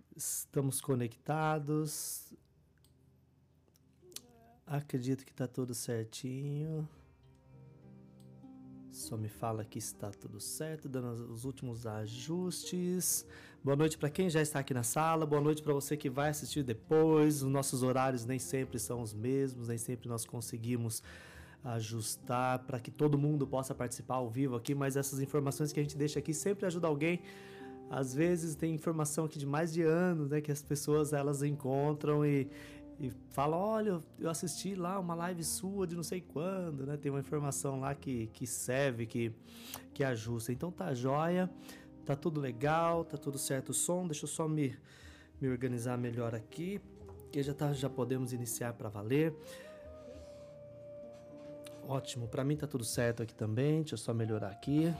Estamos conectados. Acredito que está tudo certinho. Só me fala que está tudo certo, dando os últimos ajustes. Boa noite para quem já está aqui na sala, boa noite para você que vai assistir depois. Os nossos horários nem sempre são os mesmos, nem sempre nós conseguimos ajustar para que todo mundo possa participar ao vivo aqui, mas essas informações que a gente deixa aqui sempre ajudam alguém. Às vezes tem informação aqui de mais de anos, né, que as pessoas elas encontram e falam, olha, eu assisti lá uma live sua de não sei quando, né? Tem uma informação lá que serve, que ajusta. Então tá jóia, tá tudo legal, tá tudo certo o som. Deixa eu só me organizar melhor aqui, que já podemos iniciar para valer. Ótimo, para mim tá tudo certo aqui também. Deixa eu só melhorar aqui.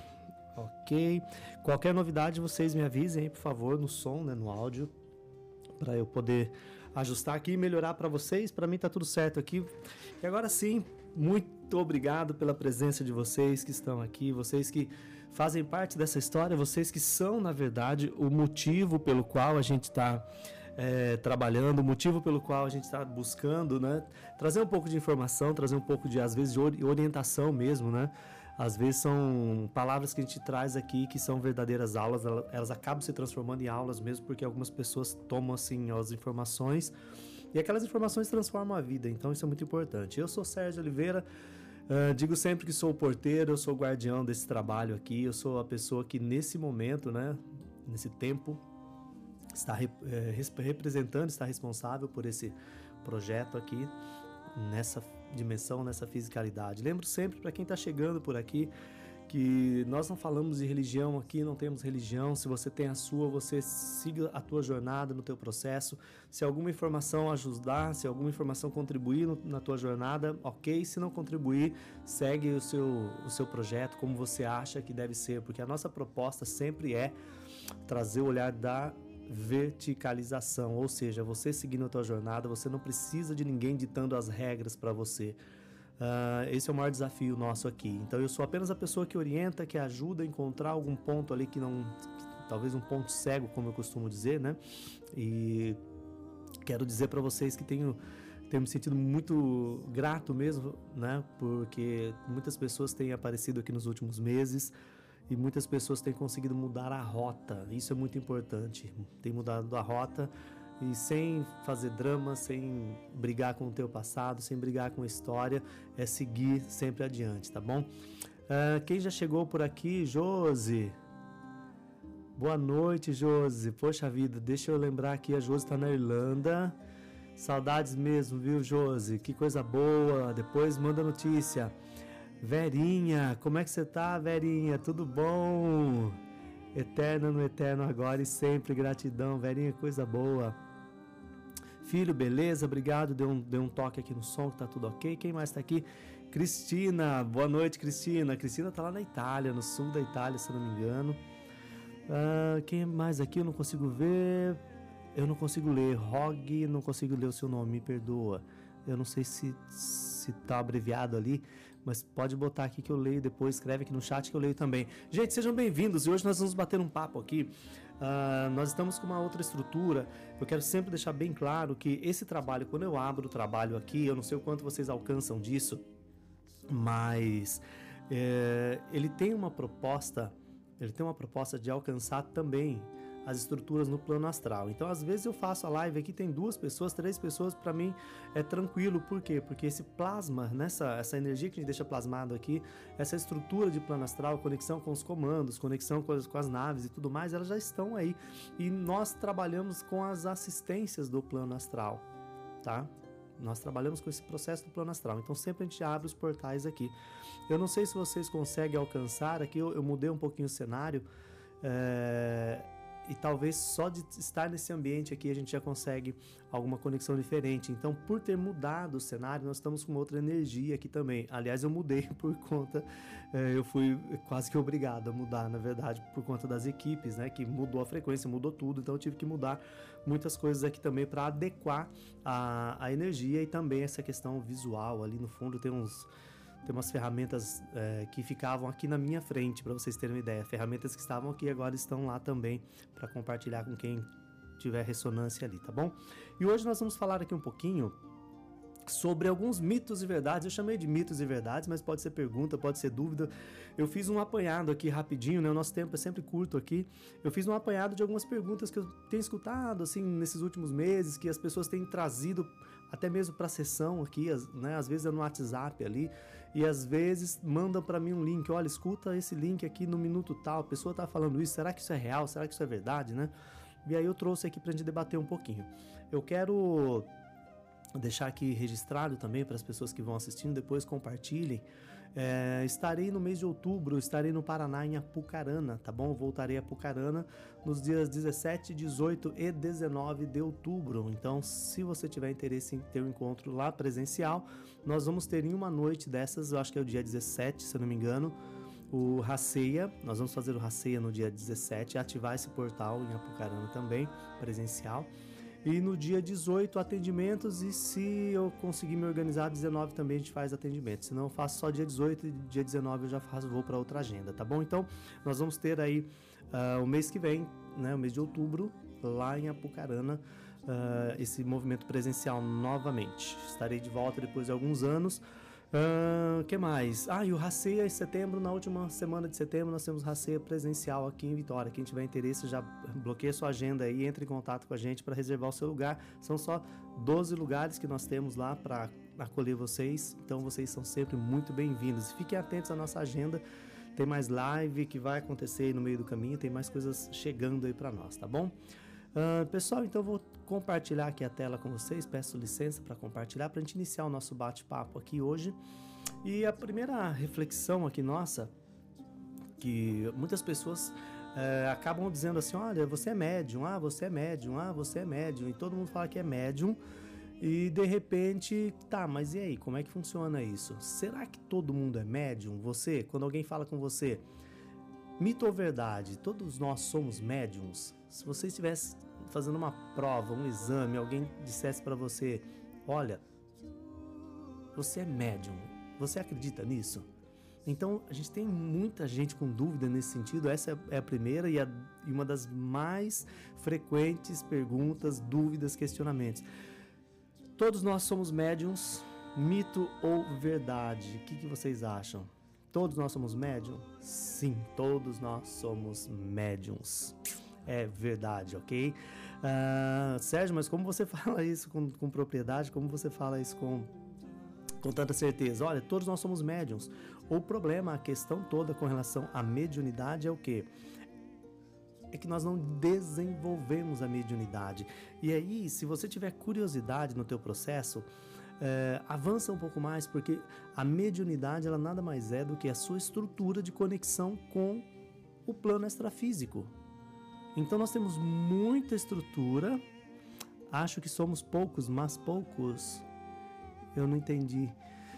Ok. Qualquer novidade vocês me avisem aí, por favor, no som, né, no áudio, para eu poder ajustar aqui e melhorar para vocês. Para mim tá tudo certo aqui. E agora sim, muito obrigado pela presença de vocês que estão aqui, vocês que fazem parte dessa história, vocês que são, na verdade, o motivo pelo qual a gente está trabalhando, o motivo pelo qual a gente está buscando, né, trazer um pouco de informação, trazer um pouco de, às vezes, de orientação mesmo, né? Às vezes são palavras que a gente traz aqui que são verdadeiras aulas, elas acabam se transformando em aulas mesmo, porque algumas pessoas tomam assim as informações e aquelas informações transformam a vida, então isso é muito importante. Eu sou Sérgio Oliveira, digo sempre que sou o porteiro, eu sou o guardião desse trabalho aqui, eu sou a pessoa que nesse momento, né, nesse tempo, está representando, está responsável por esse projeto aqui, nessa dimensão, nessa fisicalidade. Lembro sempre para quem está chegando por aqui que nós não falamos de religião aqui, não temos religião. Se você tem a sua, você siga a tua jornada no teu processo. Se alguma informação ajudar, se alguma informação contribuir na tua jornada, ok. Se não contribuir, segue o seu projeto como você acha que deve ser, porque a nossa proposta sempre é trazer o olhar da verticalização, ou seja, você seguindo a tua jornada, você não precisa de ninguém ditando as regras para você. Esse é o maior desafio nosso aqui. Então eu sou apenas a pessoa que orienta, que ajuda a encontrar algum ponto ali talvez um ponto cego, como eu costumo dizer, né? E quero dizer para vocês que tenho me sentido muito grato mesmo, né? Porque muitas pessoas têm aparecido aqui nos últimos meses e muitas pessoas têm conseguido mudar a rota. Isso é muito importante. Tem mudado a rota e sem fazer drama, sem brigar com o teu passado, sem brigar com a história, é seguir sempre adiante, tá bom? Quem já chegou por aqui? Josi. Boa noite, Josi. Poxa vida, deixa eu lembrar aqui, a Josi tá na Irlanda. Saudades mesmo, viu, Josi? Que coisa boa. Depois manda notícia. Verinha, como é que você tá, Verinha? Tudo bom? Eterna no eterno agora e sempre, gratidão, Verinha, coisa boa. Filho, beleza? Obrigado, deu um toque aqui no som, que tá tudo ok. Quem mais tá aqui? Cristina, boa noite, Cristina. Cristina tá lá na Itália, no sul da Itália, se não me engano. Quem mais aqui? Eu não consigo ver. Eu não consigo ler. Rog, não consigo ler o seu nome, me perdoa. Eu não sei se tá abreviado ali, mas pode botar aqui que eu leio depois, escreve aqui no chat que eu leio também. Gente, sejam bem-vindos e hoje nós vamos bater um papo aqui. Nós estamos com uma outra estrutura. Eu quero sempre deixar bem claro que esse trabalho, quando eu abro o trabalho aqui, eu não sei o quanto vocês alcançam disso, mas ele tem uma proposta de alcançar também as estruturas no plano astral. Então, às vezes eu faço a live aqui, tem 2 pessoas, 3 pessoas, para mim é tranquilo. Por quê? Porque esse plasma, essa energia que a gente deixa plasmado aqui, essa estrutura de plano astral, conexão com os comandos, conexão com as naves e tudo mais, elas já estão aí. E nós trabalhamos com as assistências do plano astral, tá? Nós trabalhamos com esse processo do plano astral. Então, sempre a gente abre os portais aqui. Eu não sei se vocês conseguem alcançar, aqui eu mudei um pouquinho o cenário, e talvez só de estar nesse ambiente aqui a gente já consegue alguma conexão diferente. Então, por ter mudado o cenário, nós estamos com outra energia aqui também. Aliás, eu mudei por conta, eu fui quase que obrigado a mudar, na verdade, por conta das equipes, né? Que mudou a frequência, mudou tudo, então eu tive que mudar muitas coisas aqui também para adequar a energia e também essa questão visual. Ali no fundo tem umas ferramentas que ficavam aqui na minha frente, para vocês terem uma ideia. Ferramentas que estavam aqui agora estão lá também para compartilhar com quem tiver ressonância ali, tá bom? E hoje nós vamos falar aqui um pouquinho sobre alguns mitos e verdades. Eu chamei de mitos e verdades, mas pode ser pergunta, pode ser dúvida. Eu fiz um apanhado aqui rapidinho, né? O nosso tempo é sempre curto aqui. Eu fiz um apanhado de algumas perguntas que eu tenho escutado, assim, nesses últimos meses, que as pessoas têm trazido até mesmo para a sessão aqui, né? Às vezes é no WhatsApp ali, e às vezes mandam para mim um link. Olha, escuta esse link aqui no minuto tal, a pessoa tá falando isso, será que isso é real? Será que isso é verdade, né? E aí eu trouxe aqui pra gente debater um pouquinho. Eu quero deixar aqui registrado também para as pessoas que vão assistindo, depois compartilhem. Estarei no mês de outubro, estarei no Paraná, em Apucarana, tá bom? Voltarei a Apucarana nos dias 17, 18 e 19 de outubro. Então, se você tiver interesse em ter um encontro lá presencial, nós vamos ter em uma noite dessas, eu acho que é o dia 17, se eu não me engano, o Raceia. Nós vamos fazer o Raceia no dia 17, ativar esse portal em Apucarana também, presencial. E no dia 18, atendimentos, e se eu conseguir me organizar, 19 também a gente faz atendimento. Se não, eu faço só dia 18 e dia 19 eu já vou para outra agenda, tá bom? Então, nós vamos ter aí o mês que vem, né, o mês de outubro, lá em Apucarana, esse movimento presencial novamente. Estarei de volta depois de alguns anos. Que mais? E o Raceia em setembro, na última semana de setembro, nós temos Raceia presencial aqui em Vitória. Quem tiver interesse, já bloqueia sua agenda aí, entre em contato com a gente para reservar o seu lugar. São só 12 lugares que nós temos lá para acolher vocês, então vocês são sempre muito bem-vindos. Fiquem atentos à nossa agenda, tem mais live que vai acontecer aí no meio do caminho, tem mais coisas chegando aí para nós, tá bom? Pessoal, então eu vou compartilhar aqui a tela com vocês, peço licença para compartilhar, para a gente iniciar o nosso bate-papo aqui hoje. E a primeira reflexão aqui nossa, que muitas pessoas acabam dizendo assim, olha, você é médium, você é médium, você é médium, e todo mundo fala que é médium, e de repente, tá, mas e aí, como é que funciona isso? Será que todo mundo é médium? Você, quando alguém fala com você, mito ou verdade, todos nós somos médiums? Se você estivesse fazendo uma prova, um exame, alguém dissesse para você, olha, você é médium, você acredita nisso? Então, a gente tem muita gente com dúvida nesse sentido. Essa é a primeira e uma das mais frequentes perguntas, dúvidas, questionamentos. Todos nós somos médiums, mito ou verdade? O que vocês acham? Todos nós somos médiums? Sim, todos nós somos médiums. É verdade, ok? Sérgio, mas como você fala isso com propriedade? Como você fala isso com tanta certeza? Olha, todos nós somos médiums. O problema, a questão toda com relação à mediunidade é o quê? É que nós não desenvolvemos a mediunidade. E aí, se você tiver curiosidade no teu processo, avança um pouco mais, porque a mediunidade, ela nada mais é do que a sua estrutura de conexão com o plano extrafísico. Então nós temos muita estrutura. Acho que somos poucos, mas poucos. Eu não entendi.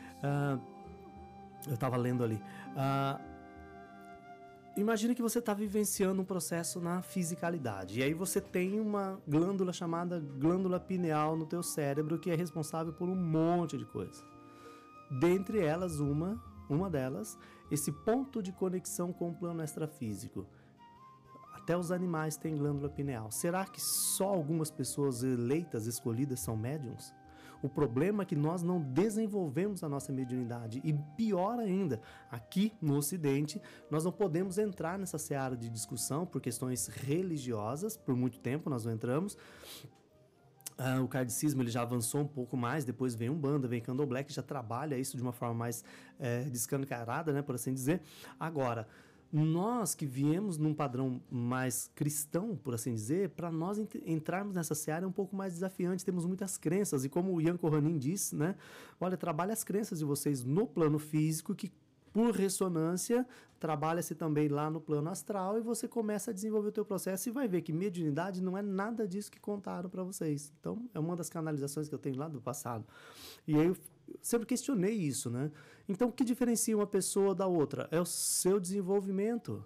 Eu estava lendo ali. Imagine que você está vivenciando um processo na fisicalidade. E aí você tem uma glândula chamada glândula pineal no teu cérebro, que é responsável por um monte de coisa. Dentre elas, uma delas, esse ponto de conexão com o plano extrafísico. Até os animais têm glândula pineal. Será que só algumas pessoas eleitas, escolhidas, são médiums? O problema é que nós não desenvolvemos a nossa mediunidade. E pior ainda, aqui no Ocidente, nós não podemos entrar nessa seara de discussão por questões religiosas. Por muito tempo nós não entramos. O kardecismo ele já avançou um pouco mais, depois vem Umbanda, vem Candomblé, que já trabalha isso de uma forma mais descancarada, né, por assim dizer. Agora, nós que viemos num padrão mais cristão, por assim dizer, para nós entrarmos nessa seara é um pouco mais desafiante, temos muitas crenças, e como o Ian Corranin disse, né, olha, trabalhe as crenças de vocês no plano físico, que por ressonância, trabalha-se também lá no plano astral, e você começa a desenvolver o teu processo e vai ver que mediunidade não é nada disso que contaram para vocês. Então, é uma das canalizações que eu tenho lá do passado. E aí eu sempre questionei isso, né? Então, o que diferencia uma pessoa da outra? É o seu desenvolvimento.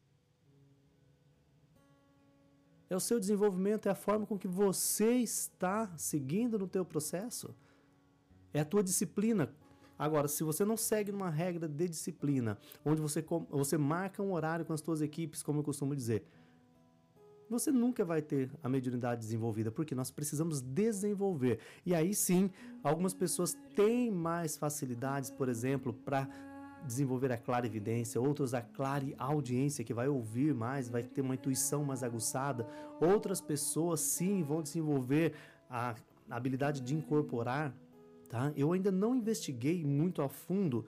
É o seu desenvolvimento, é a forma com que você está seguindo no teu processo. É a tua disciplina. Agora, se você não segue uma regra de disciplina, onde você marca um horário com as tuas equipes, como eu costumo dizer, você nunca vai ter a mediunidade desenvolvida, porque nós precisamos desenvolver. E aí sim, algumas pessoas têm mais facilidades, por exemplo, para desenvolver a clarividência, outros a clareaudiência, que vai ouvir mais, vai ter uma intuição mais aguçada. Outras pessoas sim vão desenvolver a habilidade de incorporar, tá? Eu ainda não investiguei muito a fundo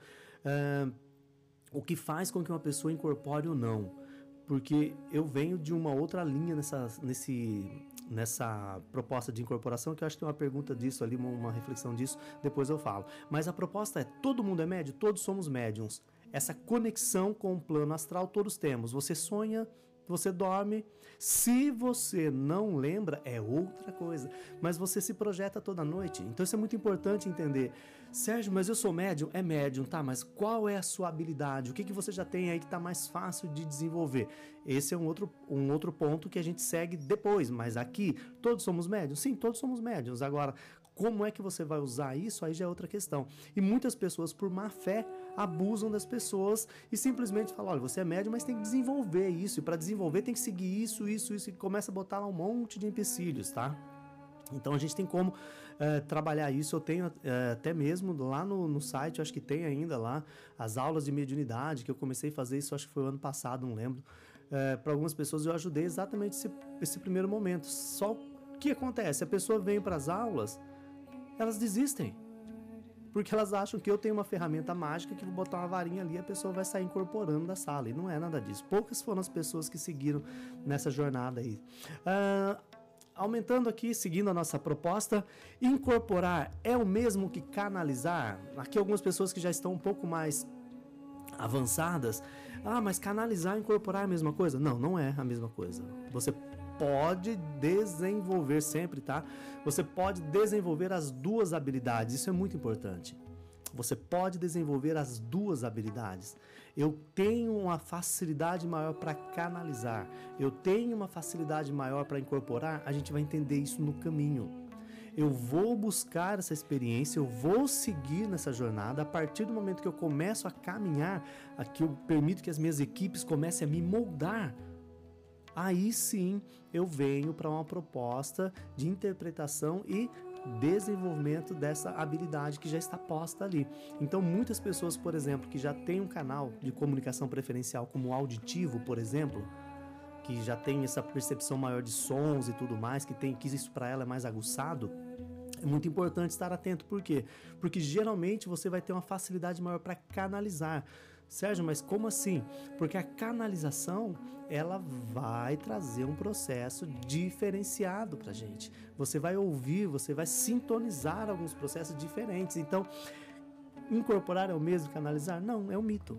o que faz com que uma pessoa incorpore ou não, porque eu venho de uma outra linha nessa proposta de incorporação, que eu acho que tem uma pergunta disso ali, uma reflexão disso, depois eu falo. Mas a proposta é, todo mundo é médium? Todos somos médiums. Essa conexão com o plano astral todos temos. Você sonha, você dorme. Se você não lembra, é outra coisa. Mas você se projeta toda noite. Então isso é muito importante entender. Sérgio, mas eu sou médium? É médium, tá? Mas qual é a sua habilidade? O que você já tem aí que está mais fácil de desenvolver? Esse é um outro ponto que a gente segue depois. Mas aqui, todos somos médiums? Sim, todos somos médiums. Agora, como é que você vai usar isso? Aí já é outra questão. E muitas pessoas, por má fé, abusam das pessoas e simplesmente falam, olha, você é médium, mas tem que desenvolver isso. E para desenvolver tem que seguir isso, e começa a botar lá um monte de empecilhos, tá? Então a gente tem como trabalhar isso. Eu tenho até mesmo lá no site, acho que tem ainda lá, as aulas de mediunidade, que eu comecei a fazer isso, acho que foi o ano passado, não lembro. Para algumas pessoas eu ajudei exatamente esse primeiro momento. Só o que acontece? A pessoa vem para as aulas, elas desistem. Porque elas acham que eu tenho uma ferramenta mágica que vou botar uma varinha ali e a pessoa vai sair incorporando da sala. E não é nada disso. Poucas foram as pessoas que seguiram nessa jornada aí. Aumentando aqui, seguindo a nossa proposta, incorporar é o mesmo que canalizar? Aqui algumas pessoas que já estão um pouco mais avançadas. Mas canalizar e incorporar é a mesma coisa? Não, não é a mesma coisa. Você pode desenvolver sempre, tá? Você pode desenvolver as duas habilidades, isso é muito importante. Você pode desenvolver as duas habilidades. Eu tenho uma facilidade maior para canalizar, eu tenho uma facilidade maior para incorporar, a gente vai entender isso no caminho. Eu vou buscar essa experiência, eu vou seguir nessa jornada. A partir do momento que eu começo a caminhar, que eu permito que as minhas equipes comecem a me moldar, aí sim eu venho para uma proposta de interpretação e desenvolvimento dessa habilidade que já está posta ali. Então muitas pessoas, por exemplo, que já têm um canal de comunicação preferencial como auditivo, por exemplo, que já tem essa percepção maior de sons e tudo mais, que isso para ela é mais aguçado, é muito importante estar atento. Por quê? Porque geralmente você vai ter uma facilidade maior para canalizar. Sérgio, mas como assim? Porque a canalização, ela vai trazer um processo diferenciado pra gente. Você vai ouvir, você vai sintonizar alguns processos diferentes. Então, incorporar é o mesmo que canalizar? Não, é um mito.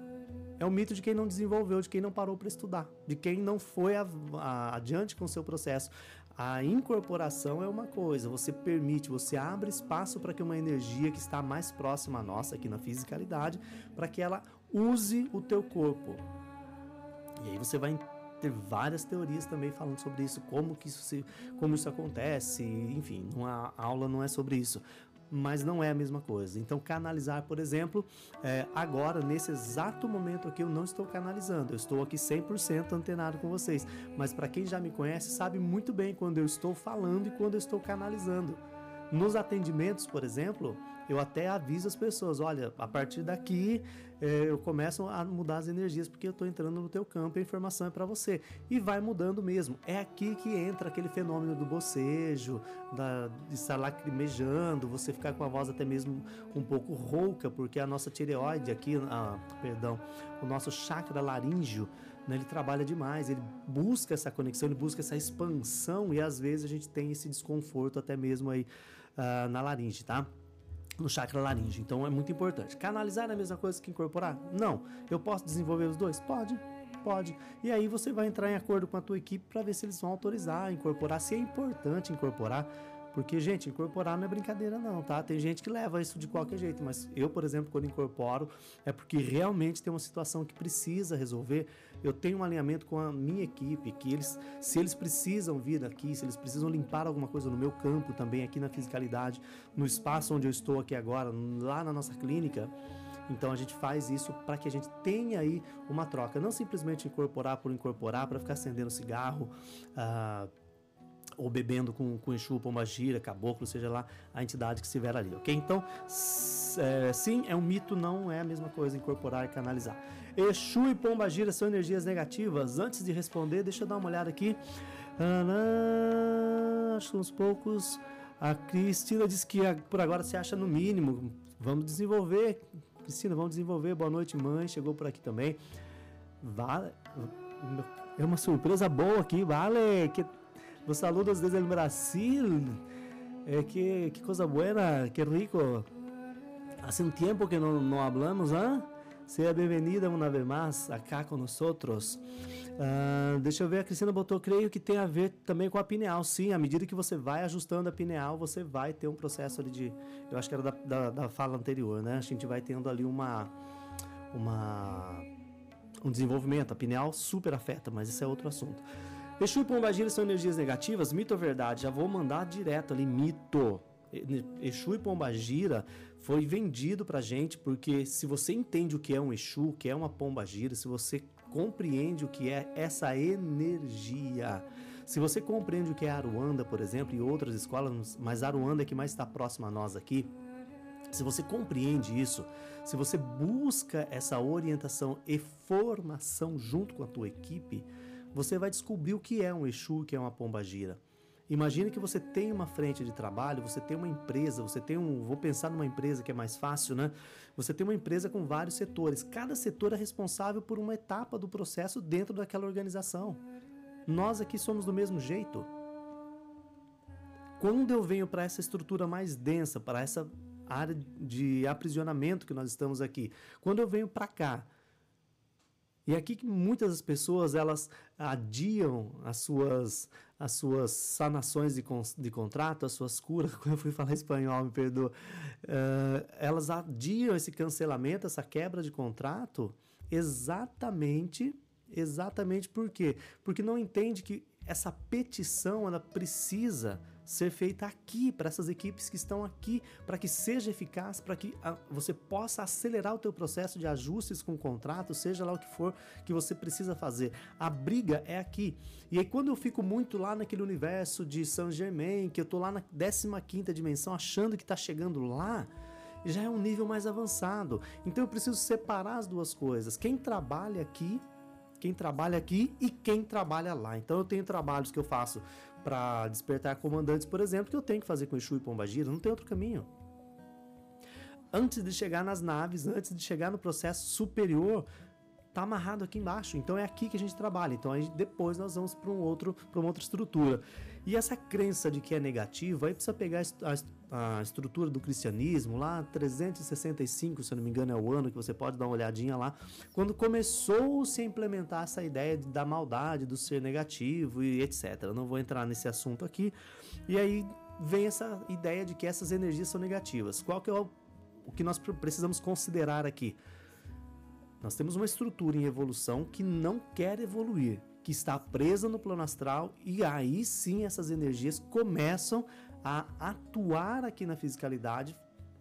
É um mito de quem não desenvolveu, de quem não parou para estudar, de quem não foi adiante com o seu processo. A incorporação é uma coisa, você permite, você abre espaço para que uma energia que está mais próxima a nossa aqui na fisicalidade, para que ela use o teu corpo. E aí você vai ter várias teorias também falando sobre isso, como isso acontece, enfim, a aula não é sobre isso. Mas não é a mesma coisa. Então canalizar, por exemplo, agora nesse exato momento aqui eu não estou canalizando, eu estou aqui 100% antenado com vocês, mas para quem já me conhece sabe muito bem quando eu estou falando e quando eu estou canalizando. Nos atendimentos, por exemplo, eu até aviso as pessoas, olha, a partir daqui eu começo a mudar as energias porque eu estou entrando no teu campo e a informação é para você. E vai mudando mesmo. É aqui que entra aquele fenômeno do bocejo, de estar lacrimejando, você ficar com a voz até mesmo um pouco rouca, porque a nossa tireoide aqui, o nosso chakra laríngeo, né, ele trabalha demais, ele busca essa conexão, ele busca essa expansão e às vezes a gente tem esse desconforto até mesmo aí na laringe, tá? No chakra laríngeo. Então é muito importante. Canalizar é a mesma coisa que incorporar? Não. Eu posso desenvolver os dois? Pode. E aí você vai entrar em acordo com a tua equipe para ver se eles vão autorizar, incorporar, se é importante incorporar. Porque, gente, incorporar não é brincadeira não, tá? Tem gente que leva isso de qualquer jeito, mas eu, por exemplo, quando incorporo, é porque realmente tem uma situação que precisa resolver. Eu tenho um alinhamento com a minha equipe, que se eles precisam vir aqui, se eles precisam limpar alguma coisa no meu campo também, aqui na fisicalidade, no espaço onde eu estou aqui agora, lá na nossa clínica, Então a gente faz isso para que a gente tenha aí uma troca, não simplesmente incorporar por incorporar, para ficar acendendo cigarro, ou bebendo com Exu, Pombagira, Caboclo, seja lá a entidade que estiver ali, ok? Então, sim, é um mito, não é a mesma coisa incorporar e canalizar. Exu e Pombagira são energias negativas? Antes de responder, deixa eu dar uma olhada aqui. Acho que uns poucos. A Cristina disse que por agora se acha no mínimo. Vamos desenvolver, Cristina, vamos desenvolver. Boa noite, mãe. Chegou por aqui também. Vale. É uma surpresa boa aqui, vale. Que los saludos desde el Brasil. Que coisa buena, que rico. Hace un tiempo que no hablamos, ¿ah? Seja bem-vinda uma vez mais acá com nós. Deixa eu ver, a Cristina botou, creio que tem a ver também com a pineal. Sim, à medida que você vai ajustando a pineal, você vai ter um processo ali de... Eu acho que era da fala anterior, né? A gente vai tendo ali um desenvolvimento. A pineal super afeta, mas isso é outro assunto. Exu e Pombagira são energias negativas? Mito ou verdade? Já vou mandar direto ali, mito. Exu e Pombagira foi vendido pra gente, porque se você entende o que é um Exu, o que é uma Pombagira, se você compreende o que é essa energia, se você compreende o que é Aruanda, por exemplo, e outras escolas, mas Aruanda é que mais está próxima a nós aqui, se você compreende isso, se você busca essa orientação e formação junto com a tua equipe, você vai descobrir o que é um Exu, o que é uma Pombagira. Imagine que você tem uma frente de trabalho, você tem uma empresa, vou pensar numa empresa que é mais fácil, né? Você tem uma empresa com vários setores. Cada setor é responsável por uma etapa do processo dentro daquela organização. Nós aqui somos do mesmo jeito. Quando eu venho para essa estrutura mais densa, para essa área de aprisionamento que nós estamos aqui, quando eu venho para cá, e aqui que muitas das pessoas, elas adiam as suas sanações de contrato, as suas curas, quando eu fui falar espanhol, me perdoa, elas adiam esse cancelamento, essa quebra de contrato, exatamente por quê? Porque não entende que essa petição, ela precisa ser feita aqui, para essas equipes que estão aqui, para que seja eficaz, para que você possa acelerar o teu processo de ajustes com o contrato, seja lá o que for que você precisa fazer. A briga é aqui. E aí quando eu fico muito lá naquele universo de Saint Germain, que eu estou lá na 15ª dimensão, achando que está chegando lá, já é um nível mais avançado. Então eu preciso separar as duas coisas. Quem trabalha aqui e quem trabalha lá. Então eu tenho trabalhos que eu faço para despertar comandantes, por exemplo, que eu tenho que fazer com Exu e Pombagira, não tem outro caminho. Antes de chegar nas naves, antes de chegar no processo superior, tá amarrado aqui embaixo. Então é aqui que a gente trabalha. Então depois nós vamos para uma outra estrutura. E essa crença de que é negativo, aí precisa pegar a estrutura do cristianismo, lá 365, se eu não me engano é o ano que você pode dar uma olhadinha lá, quando começou-se a implementar essa ideia da maldade, do ser negativo e etc. Eu não vou entrar nesse assunto aqui. E aí vem essa ideia de que essas energias são negativas. Qual que é o que nós precisamos considerar aqui? Nós temos uma estrutura em evolução que não quer evoluir, que está presa no plano astral, e aí sim essas energias começam a atuar aqui na fisicalidade,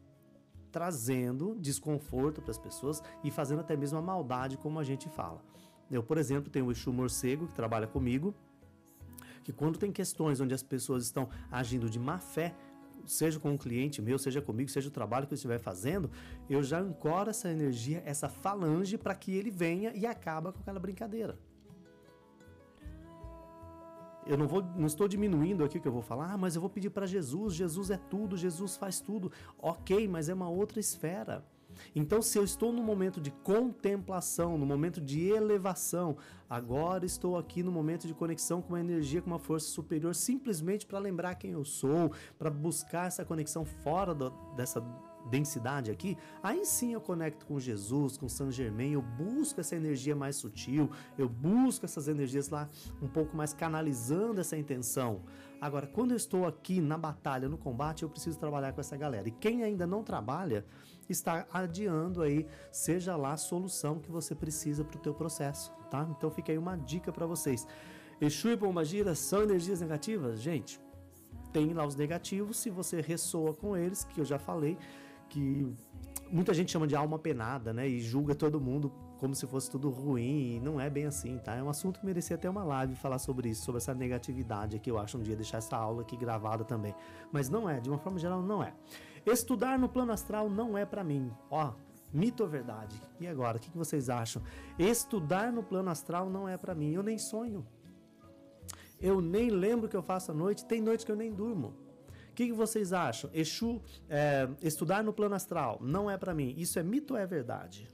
trazendo desconforto para as pessoas e fazendo até mesmo a maldade, como a gente fala. Eu, por exemplo, tenho o Exu Morcego, que trabalha comigo, que quando tem questões onde as pessoas estão agindo de má fé, seja com um cliente meu, seja comigo, seja o trabalho que eu estiver fazendo, eu já ancoro essa energia, essa falange, para que ele venha e acaba com aquela brincadeira. Eu não estou diminuindo aqui o que eu vou falar, mas eu vou pedir para Jesus, Jesus é tudo, Jesus faz tudo. Ok, mas é uma outra esfera. Então, se eu estou no momento de contemplação, no momento de elevação, agora estou aqui no momento de conexão com uma energia, com uma força superior, simplesmente para lembrar quem eu sou, para buscar essa conexão fora dessa densidade aqui, aí sim eu conecto com Jesus, com Saint Germain, eu busco essa energia mais sutil, eu busco essas energias lá um pouco mais canalizando essa intenção. Agora, quando eu estou aqui na batalha, no combate, eu preciso trabalhar com essa galera. E quem ainda não trabalha, está adiando aí, seja lá a solução que você precisa para o teu processo, tá? Então fica aí uma dica para vocês. Exu e Pombagira são energias negativas? Gente, tem lá os negativos, se você ressoa com eles, que eu já falei, que Muita gente chama de alma penada, né? E julga todo mundo como se fosse tudo ruim, e não é bem assim, tá? É um assunto que merecia até uma live falar sobre isso, sobre essa negatividade aqui, eu acho, um dia deixar essa aula aqui gravada também. Mas não é, de uma forma geral, não é. Estudar no plano astral não é pra mim. Ó, mito ou verdade? E agora, o que vocês acham? Estudar no plano astral não é pra mim, eu nem sonho. Eu nem lembro o que eu faço à noite, tem noite que eu nem durmo. O que vocês acham? Exu, estudar no plano astral não é pra mim. Isso é mito ou é verdade?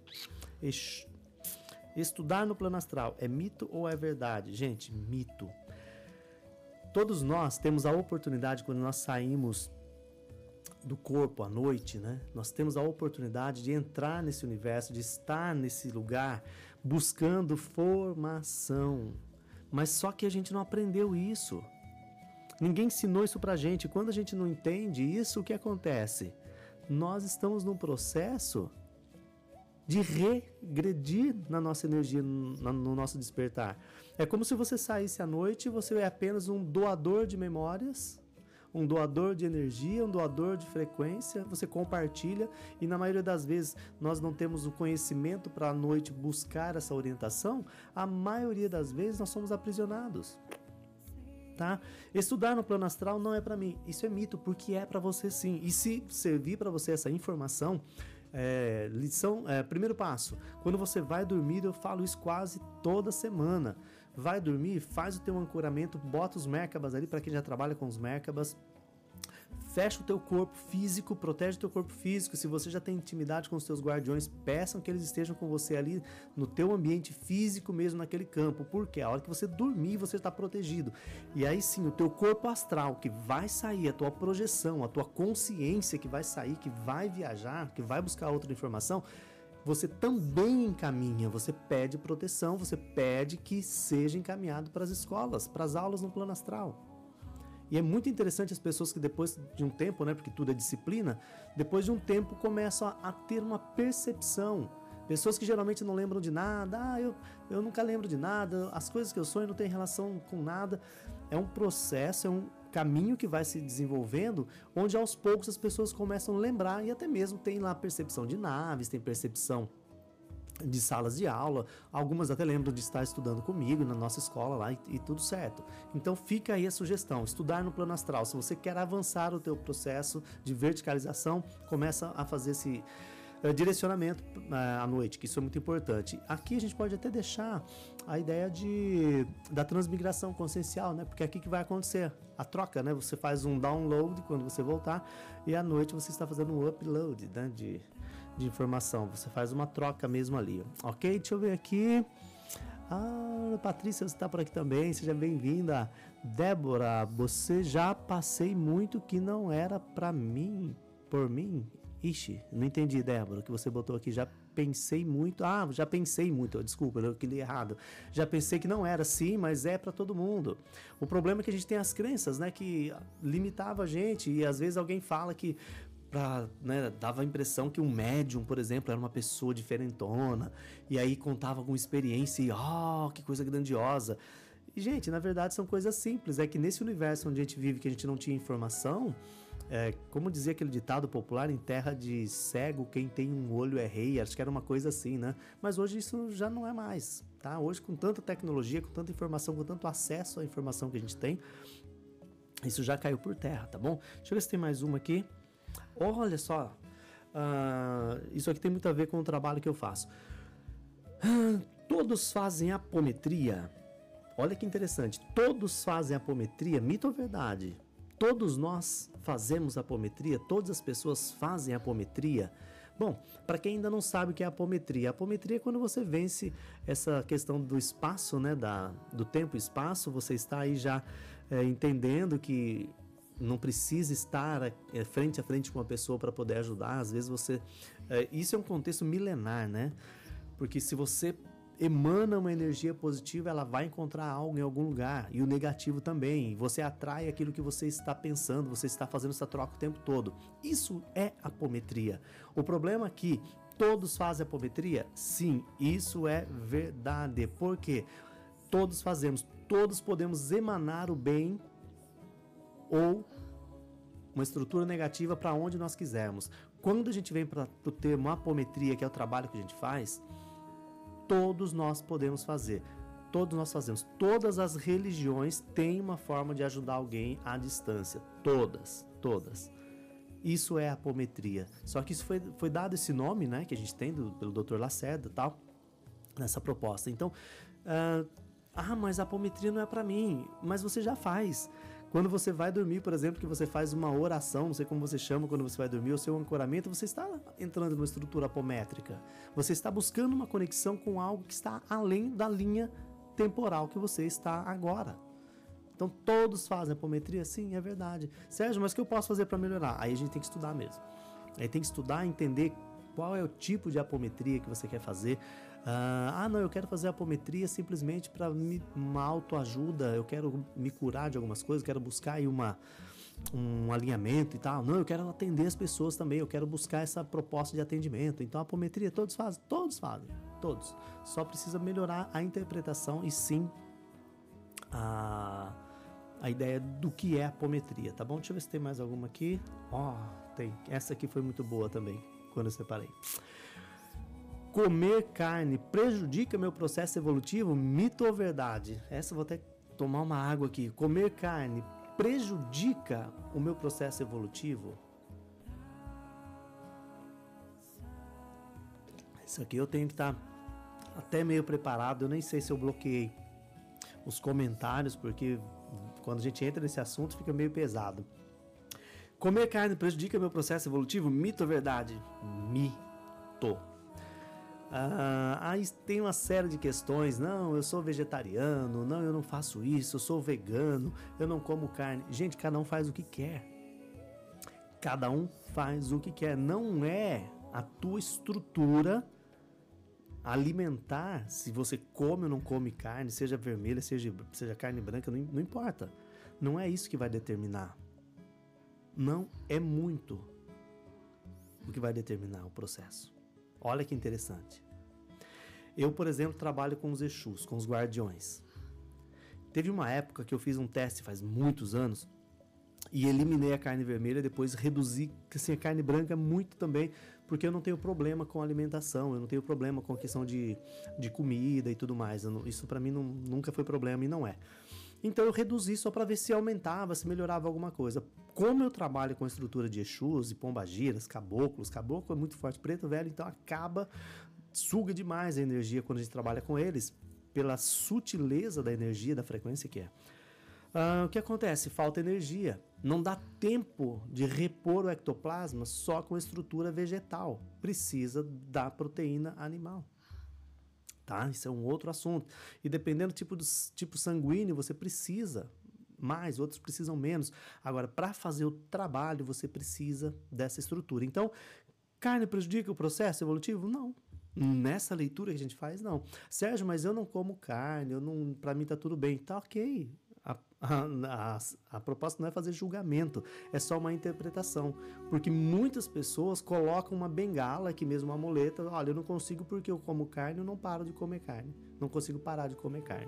Estudar no plano astral é mito ou é verdade? Gente, mito. Todos nós temos a oportunidade, quando nós saímos do corpo à noite, né? Nós temos a oportunidade de entrar nesse universo, de estar nesse lugar, buscando formação. Mas só que a gente não aprendeu isso. Ninguém ensinou isso pra gente. Quando a gente não entende isso, o que acontece? Nós estamos num processo de regredir na nossa energia, no nosso despertar. É como se você saísse à noite e você é apenas um doador de memórias, um doador de energia, um doador de frequência, você compartilha, e na maioria das vezes nós não temos o conhecimento para à noite buscar essa orientação, a maioria das vezes nós somos aprisionados. Tá? Estudar no plano astral não é para mim, isso é mito, porque é para você sim. E se servir para você essa informação, primeiro passo, quando você vai dormir, eu falo isso quase toda semana. Vai dormir, faz o teu ancoramento, bota os Merkabas ali, para quem já trabalha com os Merkabas. Fecha o teu corpo físico, protege o teu corpo físico. Se você já tem intimidade com os teus guardiões, peçam que eles estejam com você ali no teu ambiente físico mesmo, naquele campo. Porque a hora que você dormir, você está protegido. E aí sim, o teu corpo astral que vai sair, a tua projeção, a tua consciência que vai sair, que vai viajar, que vai buscar outra informação, você também encaminha, você pede proteção, você pede que seja encaminhado para as escolas, para as aulas no plano astral. E é muito interessante as pessoas que depois de um tempo, né, porque tudo é disciplina, depois de um tempo começam a ter uma percepção. Pessoas que geralmente não lembram de nada, eu nunca lembro de nada, as coisas que eu sonho não têm relação com nada. É um processo, é um caminho que vai se desenvolvendo, onde aos poucos as pessoas começam a lembrar, e até mesmo tem lá percepção de naves, tem percepção de salas de aula, algumas até lembram de estar estudando comigo na nossa escola lá e tudo certo. Então fica aí a sugestão, estudar no plano astral. Se você quer avançar o teu processo de verticalização, começa a fazer esse direcionamento à noite, que isso é muito importante. Aqui a gente pode até deixar a ideia da transmigração consciencial, né? Porque aqui que vai acontecer a troca, né? Você faz um download quando você voltar, e à noite você está fazendo um upload, né? de informação, você faz uma troca mesmo ali, ok? Deixa eu ver aqui. Patrícia, você está por aqui também, seja bem-vinda. Débora, você já passei muito que não era pra mim, por mim? Ixi, não entendi, Débora, o que você botou aqui, já pensei muito, desculpa, eu li errado. Já pensei que não era, sim, mas é para todo mundo. O problema é que a gente tem as crenças, né, que limitava a gente, e às vezes alguém fala que dava a impressão que um médium, por exemplo, era uma pessoa diferentona, e aí contava alguma experiência e, que coisa grandiosa. E, gente, na verdade são coisas simples, é que nesse universo onde a gente vive, que a gente não tinha informação, como dizia aquele ditado popular, em terra de cego, quem tem um olho é rei, acho que era uma coisa assim, né? Mas hoje isso já não é mais, tá? Hoje, com tanta tecnologia, com tanta informação, com tanto acesso à informação que a gente tem, isso já caiu por terra, tá bom? Deixa eu ver se tem mais uma aqui. Olha só, isso aqui tem muito a ver com o trabalho que eu faço. Todos fazem apometria. Olha que interessante, todos fazem apometria, mito ou verdade? Todos nós fazemos apometria, todas as pessoas fazem apometria. Bom, para quem ainda não sabe o que é apometria é quando você vence essa questão do espaço, né, do tempo e espaço, você está aí já entendendo que não precisa estar frente a frente com uma pessoa para poder ajudar. Às vezes isso é um contexto milenar, né? Porque se você emana uma energia positiva, ela vai encontrar algo em algum lugar, e o negativo também. Você atrai aquilo que você está pensando, você está fazendo essa troca o tempo todo. Isso é apometria. O problema é que todos fazem apometria? Sim, isso é verdade. Porque todos fazemos, todos podemos emanar o bem ou uma estrutura negativa para onde nós quisermos. quando a gente vem para o termo apometria, que é o trabalho que a gente faz, todos nós podemos fazer. Todos nós fazemos. Todas as religiões têm uma forma de ajudar alguém à distância. Todas, todas. Isso é apometria. Só que isso foi dado esse nome, né, que a gente tem pelo Dr. Lacerda e tal, nessa proposta. Então, mas a apometria não é para mim. Mas você já faz. Quando você vai dormir, por exemplo, que você faz uma oração, não sei como você chama quando você vai dormir, o seu ancoramento, você está entrando numa estrutura apométrica. Você está buscando uma conexão com algo que está além da linha temporal que você está agora. Então todos fazem apometria? Sim, é verdade. Sérgio, mas o que eu posso fazer para melhorar? Aí a gente tem que estudar mesmo. Aí tem que estudar, entender qual é o tipo de apometria que você quer fazer. Não, eu quero fazer apometria simplesmente para uma autoajuda, eu quero me curar de algumas coisas, quero buscar aí um alinhamento e tal. Não, eu quero atender as pessoas também, eu quero buscar essa proposta de atendimento. Então a apometria todos fazem, todos. Só precisa melhorar a interpretação e sim a ideia do que é apometria, tá bom? Deixa eu ver se tem mais alguma aqui. Tem. Essa aqui foi muito boa também, quando eu separei. Comer carne prejudica meu processo evolutivo? Mito ou verdade? Essa eu vou até tomar uma água aqui. Comer carne prejudica o meu processo evolutivo? Isso aqui eu tenho que estar até meio preparado. Eu nem sei se eu bloqueei os comentários, porque quando a gente entra nesse assunto fica meio pesado. Comer carne prejudica meu processo evolutivo? Mito ou verdade? Mito. Aí tem uma série de questões. Não, eu sou vegetariano. Não, eu não faço isso. Eu sou vegano. Eu não como carne. Gente, cada um faz o que quer. Cada um faz o que quer. Não é a tua estrutura alimentar se você come ou não come carne, seja vermelha, seja carne branca, não importa. Não é isso que vai determinar. Não é muito o que vai determinar o processo. Olha que interessante. Eu, por exemplo, trabalho com os Exus, com os guardiões. Teve uma época que eu fiz um teste faz muitos anos e eliminei a carne vermelha, depois reduzi assim, a carne branca muito também, porque eu não tenho problema com alimentação, eu não tenho problema com a questão de comida e tudo mais. Isso para mim nunca foi problema e não é. Então eu reduzi só para ver se aumentava, se melhorava alguma coisa. Como eu trabalho com a estrutura de Exus e pombagiras, caboclo é muito forte, preto velho, então suga demais a energia quando a gente trabalha com eles, pela sutileza da energia, da frequência que é. O que acontece? Falta energia. Não dá tempo de repor o ectoplasma só com estrutura vegetal. Precisa da proteína animal. Tá? Isso é um outro assunto. E dependendo do tipo sanguíneo, você precisa mais, outros precisam menos. Agora, para fazer o trabalho, você precisa dessa estrutura. Então, carne prejudica o processo evolutivo? Não. Nessa leitura que a gente faz, não. Sérgio, mas eu não como carne, para mim tá tudo bem. Tá ok. A proposta não é fazer julgamento, é só uma interpretação. Porque muitas pessoas colocam uma bengala, aqui mesmo uma muleta, olha, eu não consigo porque eu como carne, eu não paro de comer carne. Não consigo parar de comer carne.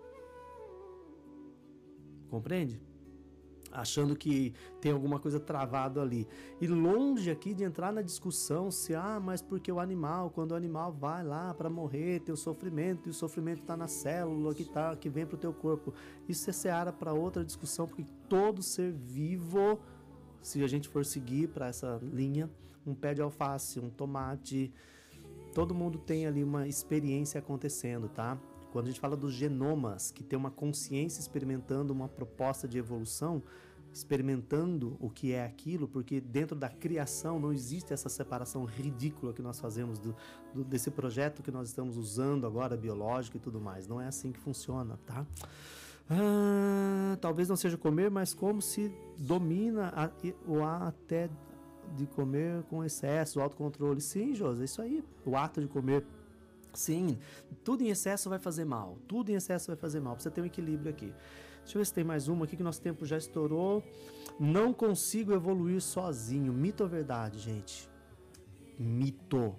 Compreende? Achando que tem alguma coisa travado ali. E longe aqui de entrar na discussão se, mas porque o animal, quando o animal vai lá para morrer, tem o sofrimento, e o sofrimento está na célula que vem para o teu corpo. Isso é seara para outra discussão, porque todo ser vivo, se a gente for seguir para essa linha, um pé de alface, um tomate, todo mundo tem ali uma experiência acontecendo, tá? Quando a gente fala dos genomas, que tem uma consciência experimentando uma proposta de evolução, experimentando o que é aquilo, porque dentro da criação não existe essa separação ridícula que nós fazemos desse projeto que nós estamos usando agora, biológico e tudo mais. Não é assim que funciona, tá? Talvez não seja comer, mas como se domina o até de comer com excesso, autocontrole. Sim, José, isso aí, o ato de comer. Sim, tudo em excesso vai fazer mal. Tudo em excesso vai fazer mal. Precisa ter um equilíbrio aqui. Deixa eu ver se tem mais uma aqui que nosso tempo já estourou. Não consigo evoluir sozinho. Mito ou verdade, gente? Mito.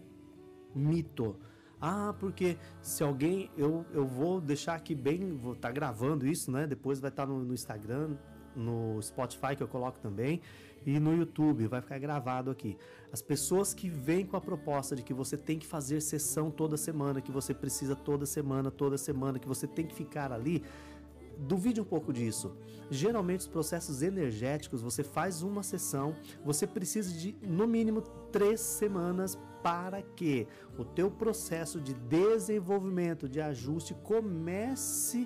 Porque se alguém... Eu vou deixar aqui bem... Vou estar gravando isso, né? Depois vai estar no Instagram. no Spotify, que eu coloco também, e no YouTube, vai ficar gravado aqui. As pessoas que vêm com a proposta de que você tem que fazer sessão toda semana, que você precisa toda semana, que você tem que ficar ali, duvide um pouco disso. Geralmente os processos energéticos, você faz uma sessão, você precisa de no mínimo 3 semanas para que o teu processo de desenvolvimento, de ajuste comece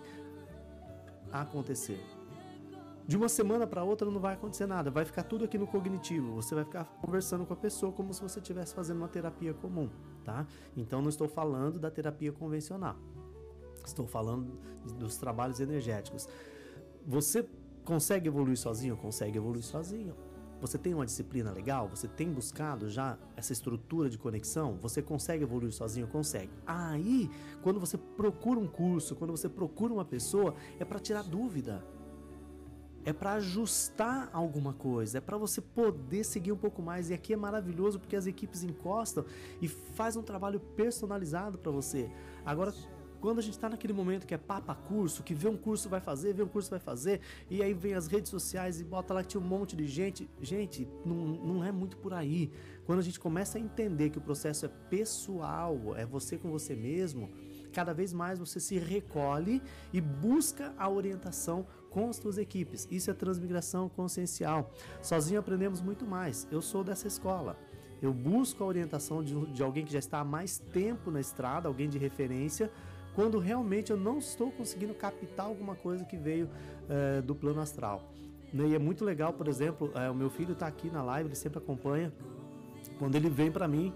a acontecer. De uma semana para outra não vai acontecer nada, vai ficar tudo aqui no cognitivo, você vai ficar conversando com a pessoa como se você estivesse fazendo uma terapia comum, tá? Então não estou falando da terapia convencional, estou falando dos trabalhos energéticos. Você consegue evoluir sozinho? Consegue evoluir sozinho. Você tem uma disciplina legal? Você tem buscado já essa estrutura de conexão? Você consegue evoluir sozinho? Consegue. Aí, quando você procura um curso, quando você procura uma pessoa, é para tirar dúvida. É para ajustar alguma coisa, é para você poder seguir um pouco mais. E aqui é maravilhoso porque as equipes encostam e faz um trabalho personalizado para você. Agora, quando a gente está naquele momento que é papa curso, que vê um curso vai fazer, e aí vem as redes sociais e bota lá que tinha um monte de gente. Gente, não é muito por aí. Quando a gente começa a entender que o processo é pessoal, é você com você mesmo, cada vez mais você se recolhe e busca a orientação com as suas equipes. Isso é transmigração consciencial. Sozinho aprendemos muito mais. Eu sou dessa escola. Eu busco a orientação de alguém que já está há mais tempo na estrada, alguém de referência, quando realmente eu não estou conseguindo captar alguma coisa que veio do plano astral. E é muito legal, por exemplo, o meu filho está aqui na live, ele sempre acompanha, quando ele vem para mim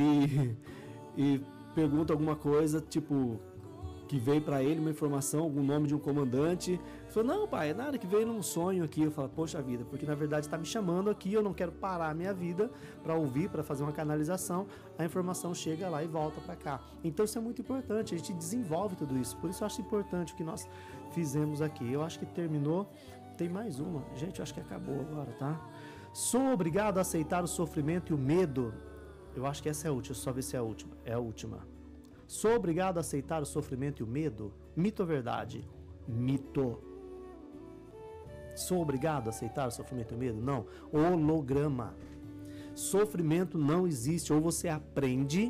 e pergunta alguma coisa, tipo, que veio para ele uma informação, algum nome de um comandante. Ele falou, não pai, é nada, que veio num sonho aqui. Eu falo, poxa vida, porque na verdade está me chamando aqui, eu não quero parar a minha vida para ouvir, para fazer uma canalização, a informação chega lá e volta para cá. Então isso é muito importante, a gente desenvolve tudo isso, por isso eu acho importante o que nós fizemos aqui. Eu acho que terminou, tem mais uma, gente, eu acho que acabou agora, tá? Sou obrigado a aceitar o sofrimento e o medo. Eu acho que essa é a última, só ver se é a última. É a última. Sou obrigado a aceitar o sofrimento e o medo? Mito ou verdade? Mito. Sou obrigado a aceitar o sofrimento e o medo? Não. Holograma. Sofrimento não existe. Ou você aprende,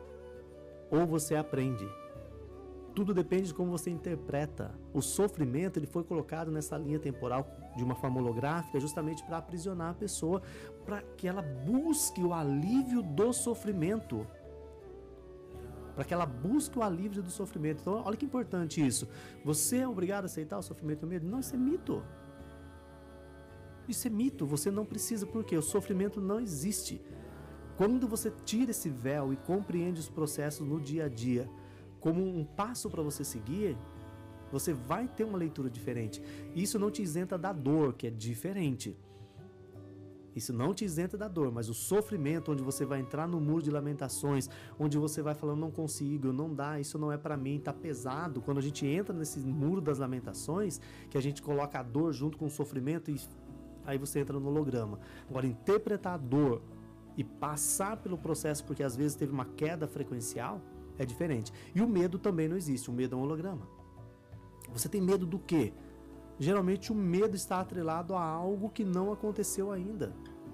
ou você aprende. Tudo depende de como você interpreta. O sofrimento ele foi colocado nessa linha temporal de uma forma holográfica justamente para aprisionar a pessoa, para que ela busque o alívio do sofrimento. Para que ela busque o alívio do sofrimento. Então, olha que importante isso. Você é obrigado a aceitar o sofrimento e o medo? Não, isso é mito. Isso é mito. Você não precisa, porque o sofrimento não existe. Quando você tira esse véu e compreende os processos no dia a dia como um passo para você seguir, você vai ter uma leitura diferente. Isso não te isenta da dor, que é diferente. Isso não te isenta da dor, mas o sofrimento, onde você vai entrar no muro de lamentações, onde você vai falando, não consigo, não dá, isso não é para mim, tá pesado. Quando a gente entra nesse muro das lamentações, que a gente coloca a dor junto com o sofrimento, e aí você entra no holograma. Agora, interpretar a dor e passar pelo processo, porque às vezes teve uma queda frequencial, é diferente. E o medo também não existe, o medo é um holograma. Você tem medo do quê? Geralmente o medo está atrelado a algo que não aconteceu ainda.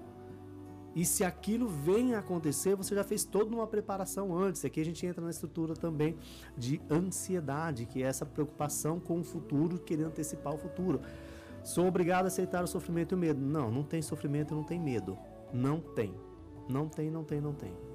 E se aquilo vem a acontecer, você já fez toda uma preparação antes. Aqui a gente entra na estrutura também de ansiedade, que é essa preocupação com o futuro, querendo antecipar o futuro. Sou obrigado a aceitar o sofrimento e o medo. Não, não tem sofrimento, não tem medo. Não tem. Não tem, não tem, não tem.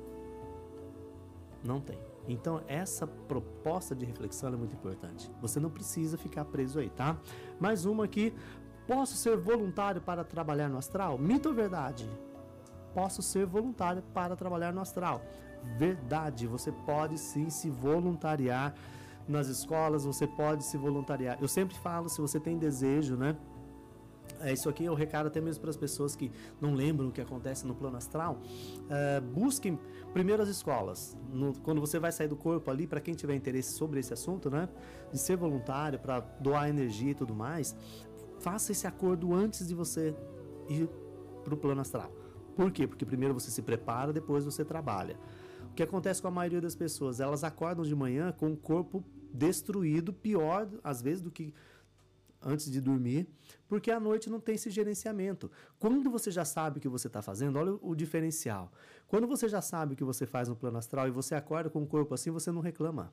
Não tem. Então essa proposta de reflexão é muito importante. Você não precisa ficar preso aí, tá? Mais uma aqui. Posso ser voluntário para trabalhar no astral? Mito ou verdade? Posso ser voluntário para trabalhar no astral. Verdade, você pode sim se voluntariar nas escolas, você pode se voluntariar. Eu sempre falo, se você tem desejo, né? Isso aqui é o recado até mesmo para as pessoas que não lembram o que acontece no plano astral. Busquem primeiro as escolas. Quando você vai sair do corpo ali, para quem tiver interesse sobre esse assunto, né? De ser voluntário, para doar energia e tudo mais, faça esse acordo antes de você ir para o plano astral. Por quê? Porque primeiro você se prepara, depois você trabalha. O que acontece com a maioria das pessoas? Elas acordam de manhã com o corpo destruído, pior às vezes do que antes de dormir, porque à noite não tem esse gerenciamento. Quando você já sabe o que você está fazendo, olha o diferencial. Quando você já sabe o que você faz no plano astral e você acorda com o corpo assim, você não reclama.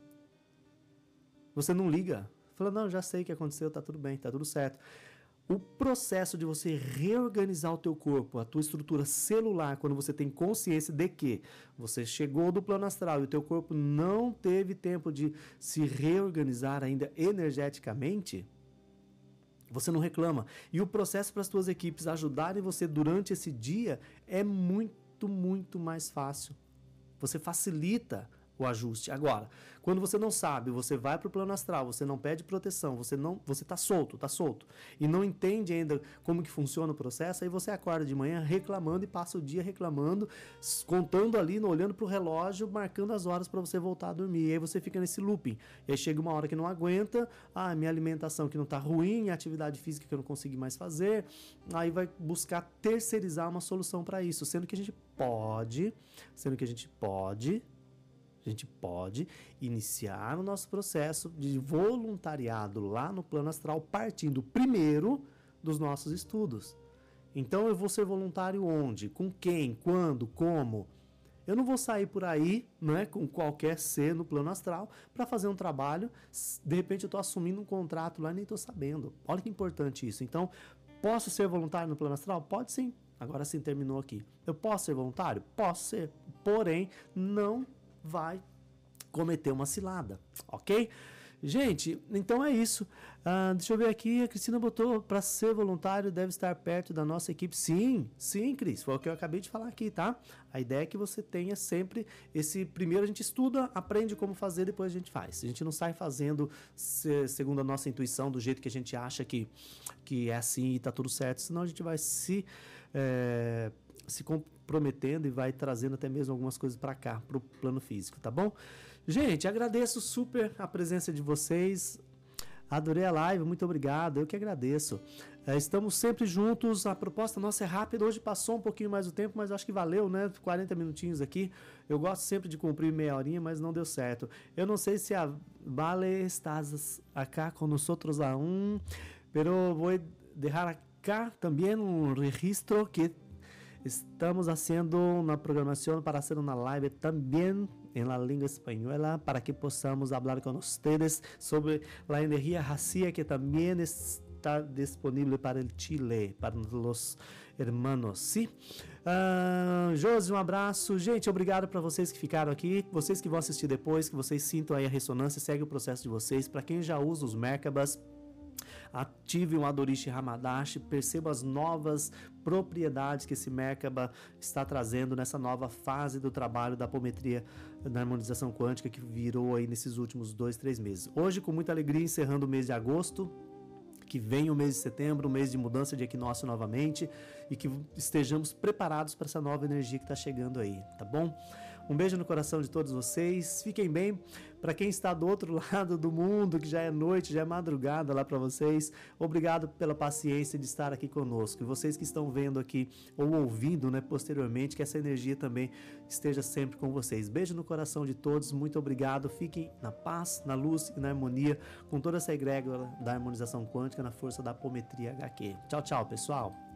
Você não liga. Fala, não, já sei o que aconteceu, tá tudo bem, tá tudo certo. O processo de você reorganizar o teu corpo, a tua estrutura celular, quando você tem consciência de que você chegou do plano astral e o teu corpo não teve tempo de se reorganizar ainda energeticamente, você não reclama. E o processo para as tuas equipes ajudarem você durante esse dia é muito, muito mais fácil. Você facilita o ajuste. Agora, quando você não sabe, você vai para o plano astral, você não pede proteção, você tá solto, e não entende ainda como que funciona o processo, aí você acorda de manhã reclamando e passa o dia reclamando, contando ali, olhando para o relógio, marcando as horas para você voltar a dormir. E aí você fica nesse looping. E aí chega uma hora que não aguenta, minha alimentação que não está ruim, a atividade física que eu não consegui mais fazer, aí vai buscar terceirizar uma solução para isso, sendo que a gente pode iniciar o nosso processo de voluntariado lá no plano astral, partindo primeiro dos nossos estudos. Então eu vou ser voluntário onde? Com quem? Quando? Como? Eu não vou sair por aí, né, com qualquer ser no plano astral para fazer um trabalho. De repente eu estou assumindo um contrato lá e nem estou sabendo. Olha que importante isso. Então, posso ser voluntário no plano astral? Pode sim. Agora sim, terminou aqui. Eu posso ser voluntário? Posso ser. Porém, não vai cometer uma cilada, ok? Gente, então é isso. Deixa eu ver aqui, a Cristina botou, para ser voluntário deve estar perto da nossa equipe. Sim, Cris, foi o que eu acabei de falar aqui, tá? A ideia é que você tenha sempre primeiro a gente estuda, aprende como fazer, depois a gente faz. A gente não sai fazendo segundo a nossa intuição, do jeito que a gente acha que é assim e tá tudo certo, senão a gente vai se comprometendo e vai trazendo até mesmo algumas coisas para cá, para o plano físico, tá bom? Gente, agradeço super a presença de vocês, adorei a live, muito obrigado, eu que agradeço. Estamos sempre juntos, a proposta nossa é rápida, hoje passou um pouquinho mais o tempo, mas acho que valeu, né? 40 minutinhos aqui, eu gosto sempre de cumprir meia horinha, mas não deu certo. Eu não sei se a Vale estás acá con nosotros aún, pero voy dejar acá también un registro que estamos haciendo una programación para hacer una live también en la lengua española para que podamos hablar con ustedes sobre la energía Jacía que también está disponible para el Chile, para los hermanos, ¿sí? Josi, um abraço. Gente, obrigado para vocês que ficaram aqui, vocês que vão assistir depois, que vocês sintam aí a ressonância, segue o processo de vocês. Para quem já usa os Merkabas, ative um Adorishi Hamadashi, perceba as novas propriedades que esse Merkaba está trazendo nessa nova fase do trabalho da apometria da harmonização quântica que virou aí nesses últimos 2-3 meses. Hoje, com muita alegria, encerrando o mês de agosto, que vem o mês de setembro, o mês de mudança de equinócio novamente, e que estejamos preparados para essa nova energia que está chegando aí, tá bom? Um beijo no coração de todos vocês, fiquem bem. Para quem está do outro lado do mundo, que já é noite, já é madrugada lá para vocês, obrigado pela paciência de estar aqui conosco. E vocês que estão vendo aqui ou ouvindo, né, posteriormente, que essa energia também esteja sempre com vocês. Beijo no coração de todos, muito obrigado. Fiquem na paz, na luz e na harmonia com toda essa egrégora da harmonização quântica na força da apometria HQ. Tchau, tchau, pessoal.